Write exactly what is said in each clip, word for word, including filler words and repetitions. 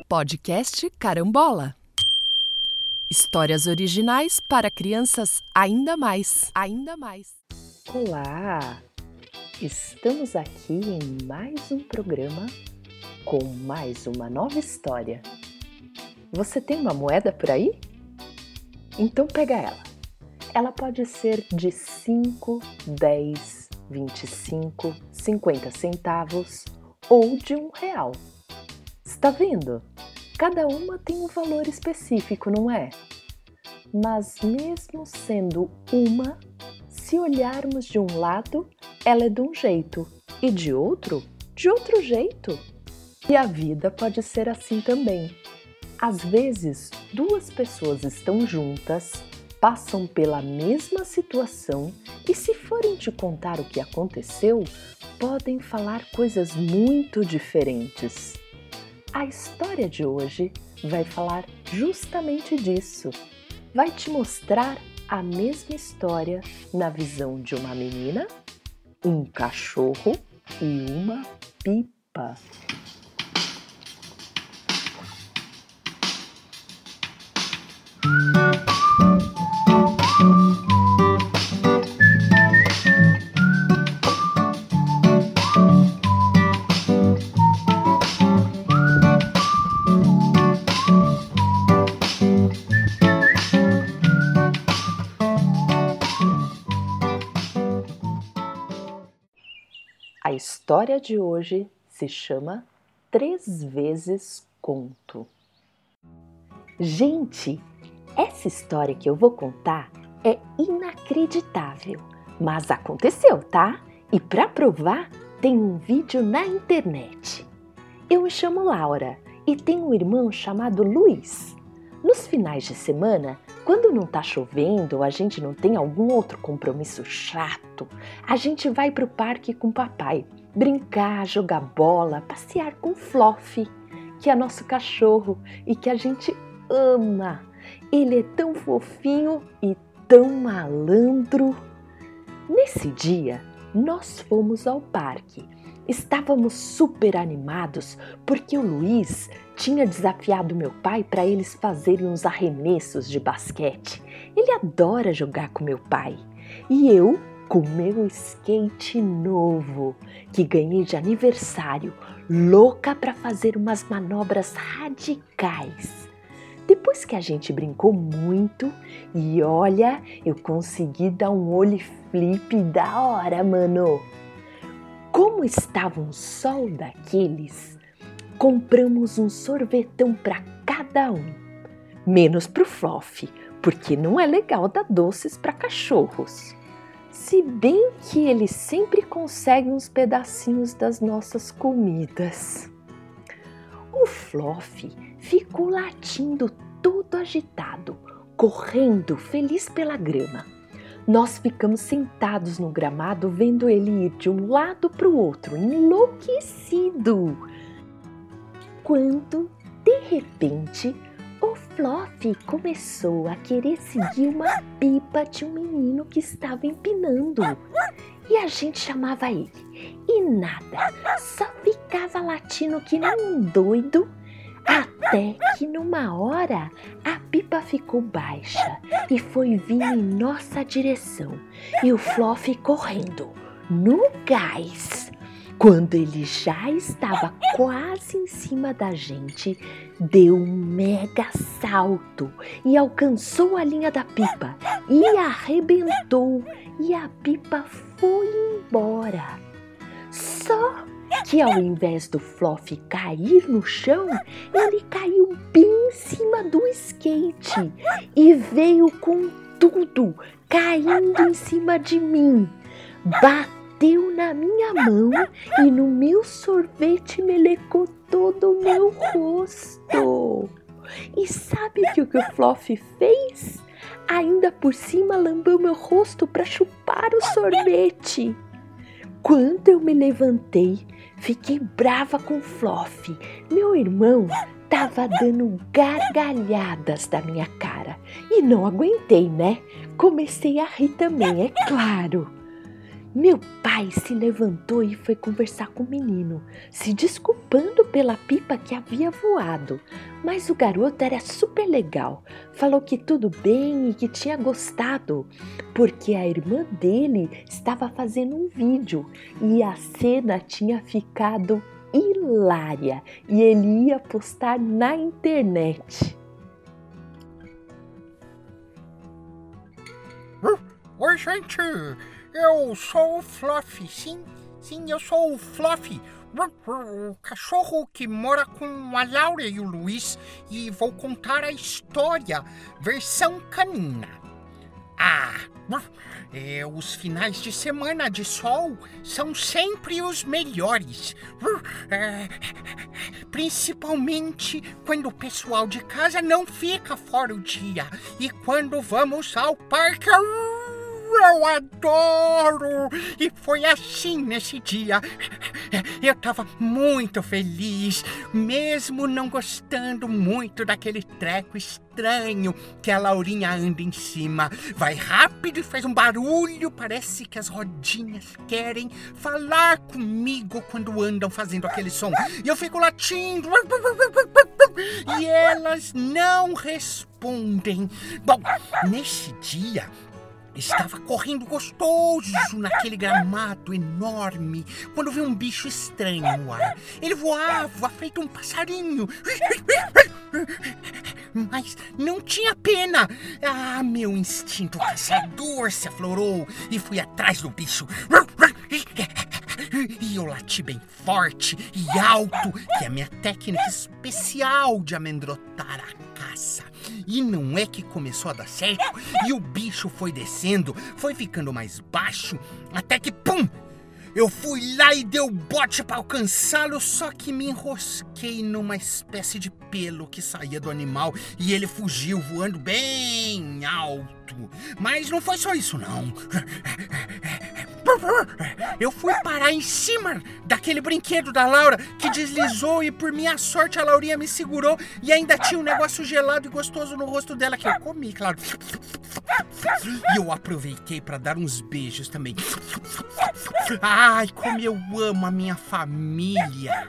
Podcast Carambola. Histórias originais para crianças ainda mais, ainda mais. Olá! Estamos aqui em mais um programa com mais uma nova história. Você tem uma moeda por aí? Então pega ela. Ela pode ser de cinco, dez, vinte e cinco, cinquenta centavos ou de um real. Está vendo? Cada uma tem um valor específico, não é? Mas mesmo sendo uma, se olharmos de um lado, ela é de um jeito e de outro, de outro jeito. E a vida pode ser assim também. Às vezes, duas pessoas estão juntas, passam pela mesma situação e, se forem te contar o que aconteceu, podem falar coisas muito diferentes. A história de hoje vai falar justamente disso. Vai te mostrar a mesma história na visão de uma menina, um cachorro e uma pipa. A história de hoje se chama Três Vezes Conto. Gente, essa história que eu vou contar é inacreditável, mas aconteceu, tá? E para provar, tem um vídeo na internet. Eu me chamo Laura e tenho um irmão chamado Luiz. Nos finais de semana, quando não tá chovendo ou a gente não tem algum outro compromisso chato, a gente vai pro parque com o papai, brincar, jogar bola, passear com o Fluffy, que é nosso cachorro e que a gente ama. Ele é tão fofinho e tão malandro. Nesse dia, nós fomos ao parque. Estávamos super animados porque o Luiz tinha desafiado meu pai para eles fazerem uns arremessos de basquete. Ele adora jogar com meu pai. E eu, com meu skate novo, que ganhei de aniversário, louca para fazer umas manobras radicais. Depois que a gente brincou muito, e olha, eu consegui dar um ollie flip da hora, mano! Como estava um sol daqueles, compramos um sorvetão para cada um, menos pro Fluffy, porque não é legal dar doces para cachorros. Se bem que ele sempre consegue uns pedacinhos das nossas comidas. O Fluffy ficou latindo todo agitado, correndo feliz pela grama. Nós ficamos sentados no gramado vendo ele ir de um lado para o outro, enlouquecido. Quando, de repente, o Fluffy começou a querer seguir uma pipa de um menino que estava empinando. E a gente chamava ele. E nada, só ficava latindo que nem um doido. Até que numa hora a pipa ficou baixa e foi vir em nossa direção. E o Fluffy correndo no gás. Quando ele já estava quase em cima da gente, deu um mega salto e alcançou a linha da pipa e arrebentou. E a pipa foi embora. Só que ao invés do Fluffy cair no chão, ele caiu bem em cima do skate e veio com tudo caindo em cima de mim. Bateu na minha mão e no meu sorvete melecou todo o meu rosto. E sabe o que o Fluffy fez? Ainda por cima lambeu meu rosto para chupar o sorvete. Quando eu me levantei, fiquei brava com o Fluffy. Meu irmão estava dando gargalhadas da minha cara. E não aguentei, né? Comecei a rir também, é claro. Meu pai se levantou e foi conversar com o menino, se desculpando pela pipa que havia voado. Mas o garoto era super legal, falou que tudo bem e que tinha gostado, porque a irmã dele estava fazendo um vídeo e a cena tinha ficado hilária e ele ia postar na internet. Oi, gente! Eu sou o Fluffy, sim, sim, eu sou o Fluffy, o cachorro que mora com a Laura e o Luiz, e vou contar a história, versão canina. Ah, é, os finais de semana de sol são sempre os melhores, é, principalmente quando o pessoal de casa não fica fora o dia, e quando vamos ao parque... Eu adoro! E foi assim nesse dia. Eu tava muito feliz, mesmo não gostando muito daquele treco estranho que a Laurinha anda em cima. Vai rápido e faz um barulho, parece que as rodinhas querem falar comigo quando andam fazendo aquele som. E eu fico latindo, e elas não respondem. Bom, nesse dia... estava correndo gostoso naquele gramado enorme, quando vi um bicho estranho no ar. Ele voava feito um passarinho, mas não tinha pena. Ah, meu instinto caçador se aflorou e fui atrás do bicho. E eu lati bem forte e alto, que é a minha técnica especial de amedrontar a caça. E não é que começou a dar certo, e o bicho foi descendo, foi ficando mais baixo, até que pum! Eu fui lá e dei o bote para alcançá-lo, só que me enrosquei numa espécie de pelo que saía do animal e ele fugiu voando bem alto. Mas não foi só isso, não. Eu fui parar em cima daquele brinquedo da Laura que deslizou e por minha sorte a Laurinha me segurou e ainda tinha um negócio gelado e gostoso no rosto dela que eu comi, claro. E eu aproveitei para dar uns beijos também. Ai, como eu amo a minha família.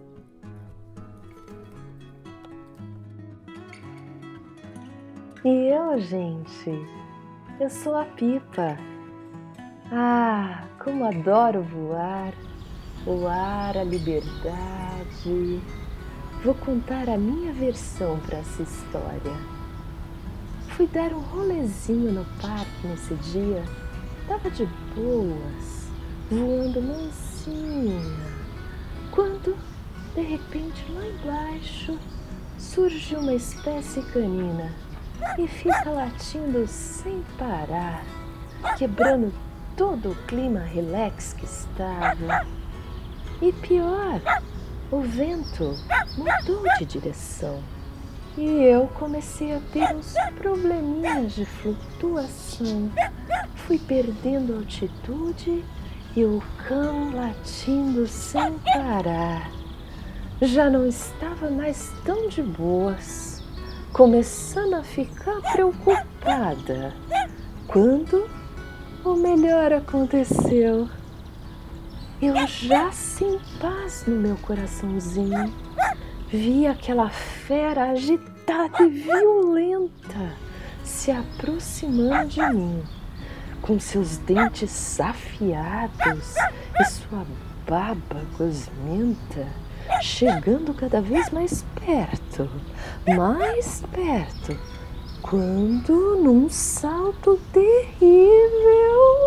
E eu, gente, eu sou a Pipa. Ah, como adoro voar, voar a liberdade. Vou contar a minha versão para essa história. Fui dar um rolezinho no parque nesse dia, tava de boas, voando mansinha, quando, de repente, lá embaixo, surge uma espécie canina e fica latindo sem parar, quebrando todo o clima relax que estava. E pior, o vento mudou de direção e eu comecei a ter uns probleminhas de flutuação. Fui perdendo altitude e o cão latindo sem parar. Já não estava mais tão de boas, começando a ficar preocupada, quando o melhor aconteceu. Eu já sem paz no meu coraçãozinho, vi aquela fera agitada e violenta se aproximando de mim, com seus dentes afiados e sua baba gosmenta, chegando cada vez mais perto, mais perto, quando, num salto terrível,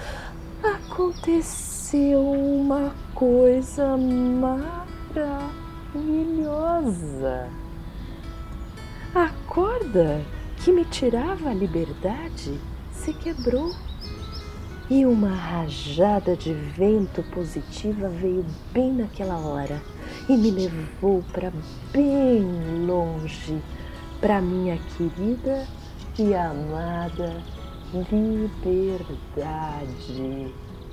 aconteceu uma coisa maravilhosa. A corda que me tirava a liberdade se quebrou e uma rajada de vento positiva veio bem naquela hora e me levou para bem longe, para minha querida e amada liberdade.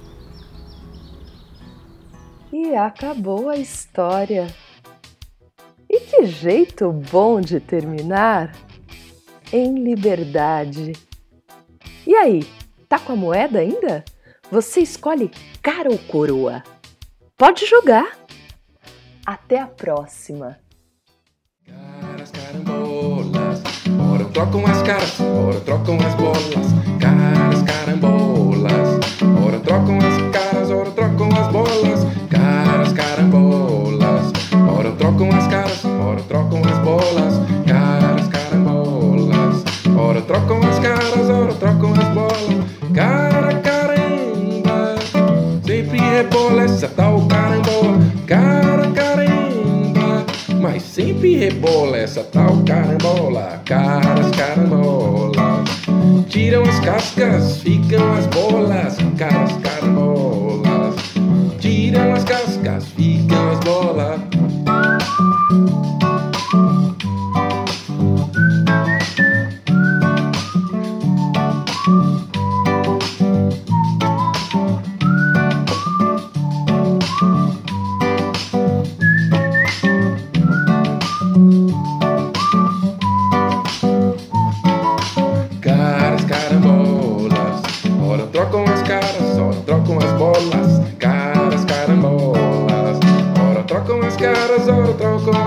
E acabou a história. E que jeito bom de terminar! Em liberdade. E aí, tá com a moeda ainda? Você escolhe cara ou coroa? Pode jogar! Até a próxima! Caras, carambolas, ora trocam as caras, ora trocam as bolas. Caras, carambolas, ora trocam as caras, ora trocam as bolas. Caras, carambolas, ora trocam as caras, ora trocam as bolas. Caras, carambolas, ora trocam as caras, ora trocam as bolas. Cara, caramba, sempre rebola essa tal carambola. Cara, caramba, mas sempre rebola essa tal carambola. Caras, carambolas, tiram as cascas, ficam as bolas. Caras, carambolas, tiram as cascas, ficam as bolas. Caras, carambolas, ora trocam as caras, ora trocam as bolas. Caras, carambolas, ora trocam as caras, ora trocam